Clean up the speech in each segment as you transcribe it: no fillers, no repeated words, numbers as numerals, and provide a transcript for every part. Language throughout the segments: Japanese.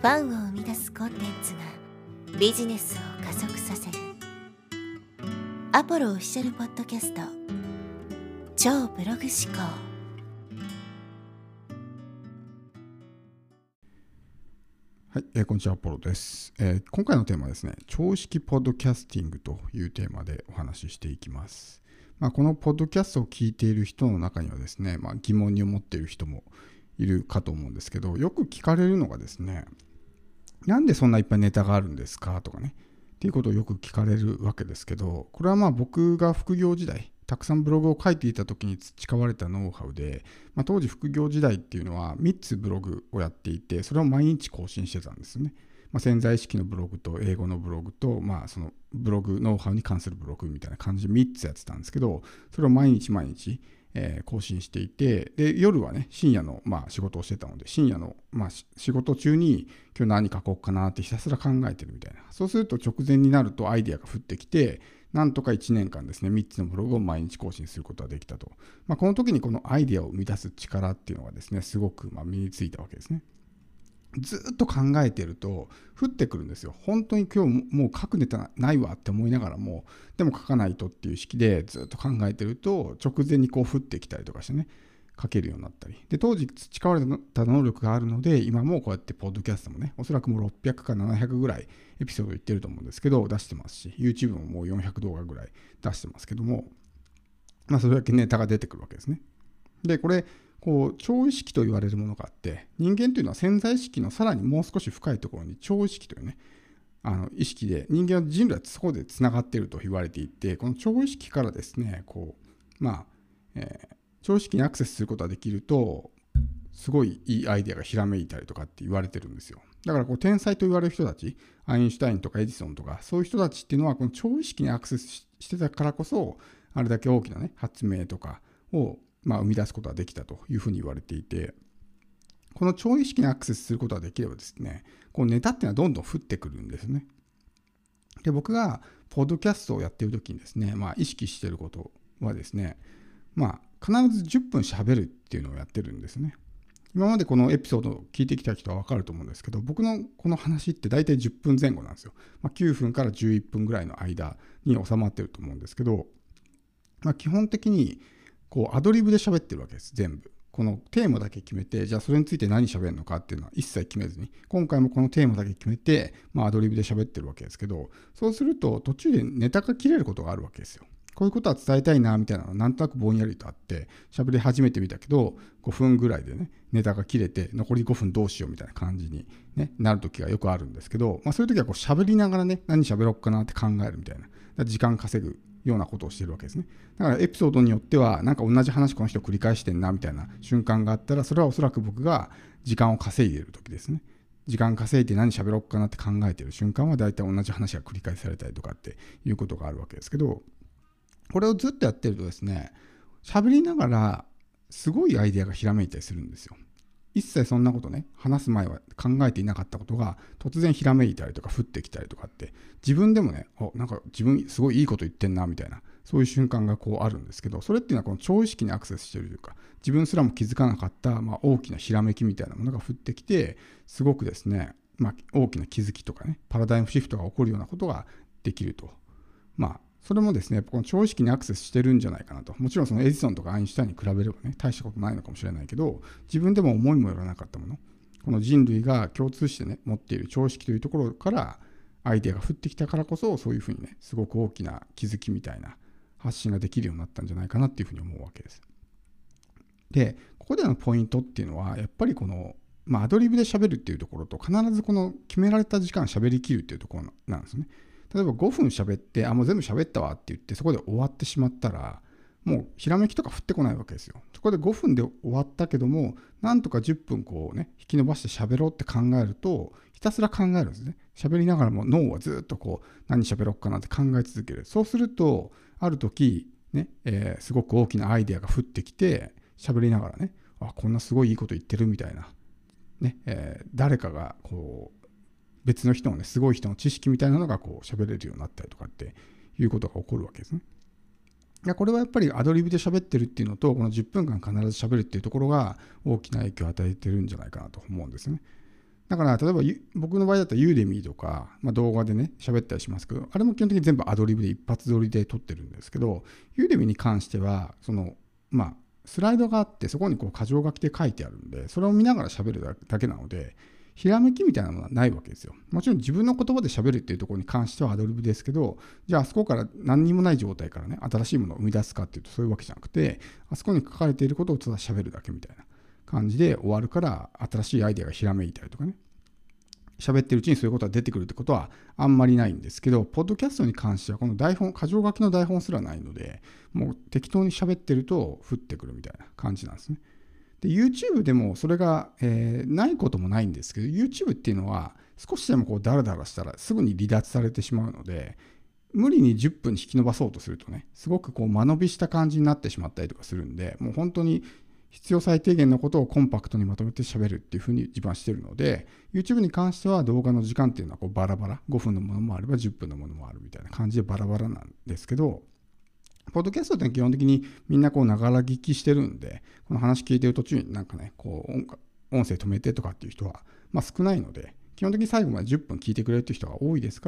ファンを生み出すコンテンツがビジネスを加速させるアポロオフィシャルポッドキャスト超ブログ思考。 はい、こんにちは、アポロです。今回のテーマはですね、超識ポッドキャスティングというテーマでお話ししていきます。このポッドキャストを聞いている人の中にはですね、疑問に思っている人もいるかと思うんですけど、よく聞かれるのがですね、なんでそんないっぱいネタがあるんですかとかね、っていうことをよく聞かれるわけですけど、これは僕が副業時代、たくさんブログを書いていた時に培われたノウハウで、当時副業時代っていうのは3つブログをやっていて、それを毎日更新してたんですよね。潜在意識のブログと英語のブログと、そのブログ、ノウハウに関するブログみたいな感じで3つやってたんですけど、それを毎日更新していて、で夜はね深夜の仕事をしてたので、深夜の仕事中に今日何書こうかなってひたすら考えてるみたいな。そうすると直前になるとアイデアが降ってきて、なんとか1年間ですね3つのブログを毎日更新することができたと。この時にこのアイデアを生み出す力っていうのがですねすごく身についたわけですね。ずっと考えてると降ってくるんですよ。本当に今日もう書くネタないわって思いながらも、でも書かないとっていう意識でずっと考えてると直前に降ってきたりとかしてね、書けるようになったり。で、当時培われた能力があるので、今もこうやってポッドキャストもね、おそらくもう600か700ぐらいエピソード言ってると思うんですけど、出してますし、YouTube ももう400動画ぐらい出してますけども、それだけネタが出てくるわけですね。で、これ、超意識と言われるものがあって、人間というのは潜在意識のさらにもう少し深いところに超意識というね、意識で、人間は人類はそこでつながっていると言われていて、この超意識からですね、超意識にアクセスすることができると、すごいいいアイデアがひらめいたりとかって言われてるんですよ。だから天才と言われる人たち、アインシュタインとかエジソンとか、そういう人たちっていうのは、この超意識にアクセスしてたからこそ、あれだけ大きなね、発明とかを生み出すことができたというふうに言われていて、この超意識にアクセスすることができればですね、ネタっていうのはどんどん降ってくるんですね。で、僕がポッドキャストをやっているときにですね、意識していることはですね、必ず10分喋るっていうのをやってるんですね。今までこのエピソードを聞いてきた人は分かると思うんですけど、僕のこの話って大体10分前後なんですよ。9分から11分ぐらいの間に収まってると思うんですけど、基本的にアドリブで喋ってるわけです。全部このテーマだけ決めて、じゃあそれについて何喋るのかっていうのは一切決めずに、今回もこのテーマだけ決めて、アドリブで喋ってるわけですけど、そうすると途中でネタが切れることがあるわけですよ。こういうことは伝えたいなみたいなのはなんとなくぼんやりとあって、喋り始めてみたけど5分ぐらいでねネタが切れて、残り5分どうしようみたいな感じに、なる時がよくあるんですけど、そういう時は喋りながらね、何喋ろうかなって考えるみたいな、時間稼ぐようなことをしているわけですね。だからエピソードによってはなんか同じ話この人繰り返してんなみたいな瞬間があったら、それはおそらく僕が時間を稼いでいる時ですね。時間稼いで何喋ろうかなって考えている瞬間はだいたい同じ話が繰り返されたりとかっていうことがあるわけですけど、これをずっとやってるとですね、喋りながらすごいアイデアがひらめいたりするんですよ。一切そんなことね、話す前は考えていなかったことが突然ひらめいたりとか降ってきたりとかって、自分でもね、なんか自分すごいいいこと言ってんなみたいな、そういう瞬間があるんですけど、それっていうのはこの超意識にアクセスしているというか、自分すらも気づかなかった、大きなひらめきみたいなものが降ってきて、すごくですね、大きな気づきとかね、パラダイムシフトが起こるようなことができると。それもですね、この超意識にアクセスしてるんじゃないかなと。もちろんそのエジソンとかアインシュタインに比べればね、大したことないのかもしれないけど、自分でも思いもよらなかったもの、この人類が共通してね、持っている超意識というところからアイデアが降ってきたからこそ、そういうふうにね、すごく大きな気づきみたいな発信ができるようになったんじゃないかなっていうふうに思うわけです。で、ここでのポイントっていうのは、やっぱりこの、アドリブで喋るっていうところと、必ずこの決められた時間喋りきるっていうところなんですね。例えば5分喋って、もう全部喋ったわって言って、そこで終わってしまったら、もうひらめきとか降ってこないわけですよ。そこで5分で終わったけども、なんとか10分引き伸ばして喋ろうって考えると、ひたすら考えるんですね。喋りながらも脳はずっと何喋ろうかなって考え続ける。そうすると、ある時、すごく大きなアイデアが降ってきて、喋りながらね、こんなすごいいいこと言ってるみたいな、誰かが別の人のね、すごい人の知識みたいなのが喋れるようになったりとかっていうことが起こるわけですね。これはやっぱりアドリブで喋ってるっていうのと、この10分間必ず喋るっていうところが大きな影響を与えてるんじゃないかなと思うんですね。 だから例えば僕の場合だったらユーデミーとか、動画でね喋ったりしますけど、あれも基本的に全部アドリブで一発撮りで撮ってるんですけど、ユーデミーに関してはスライドがあってそこにこう箇条書きで書いてあるんで、それを見ながら喋るだけなので、ひらめきみたいなものはないわけですよ。もちろん自分の言葉で喋るっていうところに関してはアドリブですけど、じゃああそこから何にもない状態からね新しいものを生み出すかっていうとそういうわけじゃなくて、あそこに書かれていることをただ喋るだけみたいな感じで終わるから、新しいアイデアがひらめいたりとかね、喋ってるうちにそういうことが出てくるってことはあんまりないんですけど、ポッドキャストに関してはこの台本、箇条書きの台本すらないので、もう適当に喋ってると降ってくるみたいな感じなんですね。で YouTube でもそれが、ないこともないんですけど、 YouTube っていうのは少しでもこうダラダラしたらすぐに離脱されてしまうので、無理に10分に引き伸ばそうとするとね、すごくこう間延びした感じになってしまったりとかするんで、もう本当に必要最低限のことをコンパクトにまとめて喋るっていうふうに自分はしているので、 YouTube に関しては動画の時間っていうのはこうバラバラ、5分のものもあれば10分のものもあるみたいな感じでバラバラなんですけど、ポッドキャストって基本的にみんなこうながら聞きしてるんで、この話聞いてる途中になんかねこう音声止めてとかっていう人は少ないので、基本的に最後まで10分聞いてくれるっていう人が多いですから、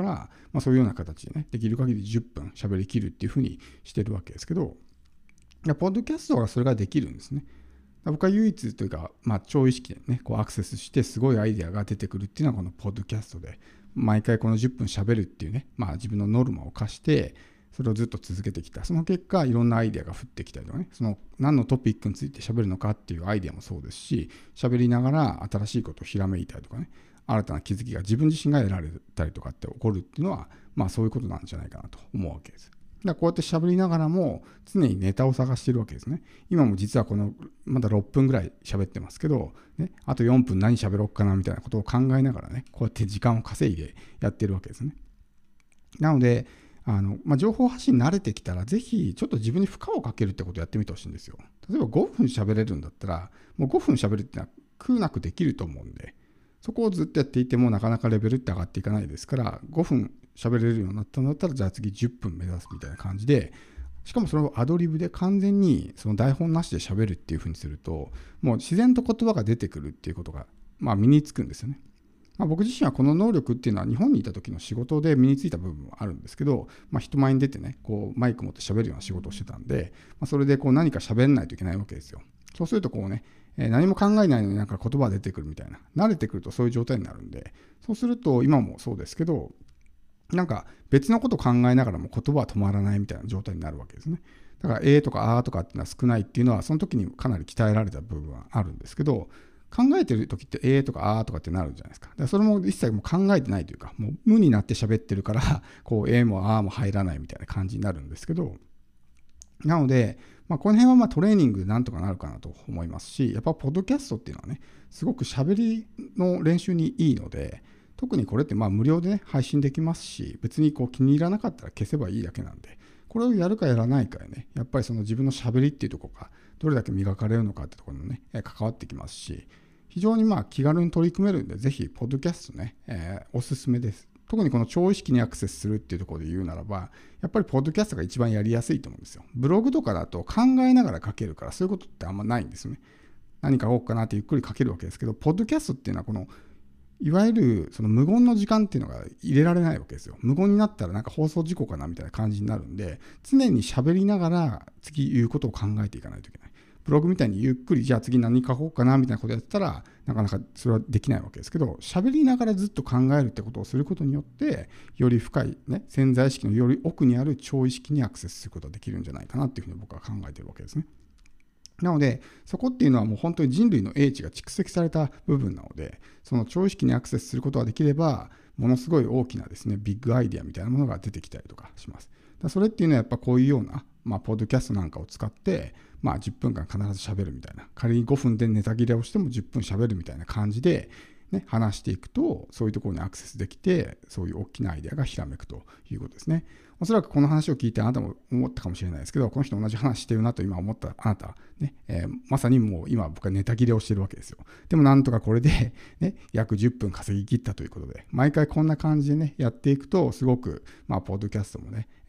そういうような形でねできる限り10分喋りきるっていうふうにしてるわけですけど、ポッドキャストはそれができるんですね。僕は唯一というか、超意識でねこうアクセスしてすごいアイデアが出てくるっていうのはこのポッドキャストで、毎回この10分喋るっていうね、自分のノルマを課してそれをずっと続けてきた。その結果いろんなアイデアが降ってきたりとかね、その何のトピックについて喋るのかっていうアイデアもそうですし、喋りながら新しいことをひらめいたりとかね、新たな気づきが自分自身が得られたりとかって起こるっていうのは、そういうことなんじゃないかなと思うわけです。だからこうやって喋りながらも常にネタを探しているわけですね。今も実はこのまだ6分ぐらい喋ってますけど、ね、あと4分何喋ろうかなみたいなことを考えながらね、こうやって時間を稼いでやってるわけですね。なので情報発信慣れてきたら、ぜひちょっと自分に負荷をかけるってことをやってみてほしいんですよ。例えば5分喋れるんだったら、もう5分喋るってのは苦なくできると思うんで、そこをずっとやっていてもなかなかレベルって上がっていかないですから、5分喋れるようになったんだったら、じゃあ次10分目指すみたいな感じで、しかもそれをアドリブで完全にその台本なしで喋るっていう風にすると、もう自然と言葉が出てくるっていうことが身につくんですよね。僕自身はこの能力っていうのは日本にいた時の仕事で身についた部分はあるんですけど、人前に出てねこうマイク持って喋るような仕事をしてたんで、それでこう何か喋んないといけないわけですよ。そうするとこうね、何も考えないのになんか言葉が出てくるみたいな、慣れてくるとそういう状態になるんで、そうすると今もそうですけど、なんか別のことを考えながらも言葉は止まらないみたいな状態になるわけですね。だからとかとかっていうのは少ないっていうのは、その時にかなり鍛えられた部分はあるんですけど、考えてる時ってとかとかってなるじゃないですか。だからそれも一切もう考えてないというか、もう無になって喋ってるから、こうもも入らないみたいな感じになるんですけど、なので、この辺はトレーニングでなんとかなるかなと思いますし、やっぱポッドキャストっていうのはね、すごく喋りの練習にいいので、特にこれって無料でね配信できますし、別にこう気に入らなかったら消せばいいだけなんで、これをやるかやらないかでね、やっぱりその自分の喋りっていうところがどれだけ磨かれるのかってところにもね関わってきますし、非常に気軽に取り組めるんで、ぜひポッドキャストね、おすすめです。特にこの超意識にアクセスするっていうところで言うならば、やっぱりポッドキャストが一番やりやすいと思うんですよ。ブログとかだと考えながら書けるから、そういうことってあんまないんですね。何か書こうかなってゆっくり書けるわけですけど、ポッドキャストっていうのはこのいわゆるその無言の時間っていうのが入れられないわけですよ。無言になったらなんか放送事故かなみたいな感じになるんで、常に喋りながら次言うことを考えていかないといけない。ブログみたいにゆっくりじゃあ次何書こうかなみたいなことやったらなかなかそれはできないわけですけど、喋りながらずっと考えるってことをすることによって、より深いね潜在意識のより奥にある超意識にアクセスすることができるんじゃないかなっていうふうに僕は考えているわけですね。なのでそこっていうのはもう本当に人類の英知が蓄積された部分なので、その超意識にアクセスすることができれば、ものすごい大きなですねビッグアイデアみたいなものが出てきたりとかします。それっていうのはやっぱこういうような、ポッドキャストなんかを使って、10分間必ず喋るみたいな、仮に5分でネタ切れをしても10分喋るみたいな感じで、話していくと、そういうところにアクセスできて、そういう大きなアイデアがひらめくということですね。おそらくこの話を聞いてあなたも思ったかもしれないですけど、この人同じ話してるなと今思ったあなた、まさにもう今僕はネタ切れをしてるわけですよ。でもなんとかこれで、約10分稼ぎ切ったということで、毎回こんな感じでやっていくと、すごくポッドキャストも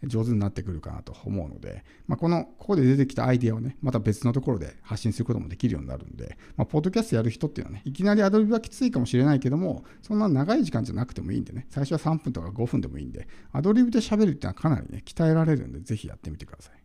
上手になってくるかなと思うので、ここで出てきたアイデアをね、また別のところで発信することもできるようになるんで、ポッドキャストやる人っていうのはね、いきなりアドリブはきついかもしれないけども、そんな長い時間じゃなくてもいいんでね、最初は3分とか5分でもいいんで、アドリブで喋るっていうのはかなりね、鍛えられるんで、ぜひやってみてください。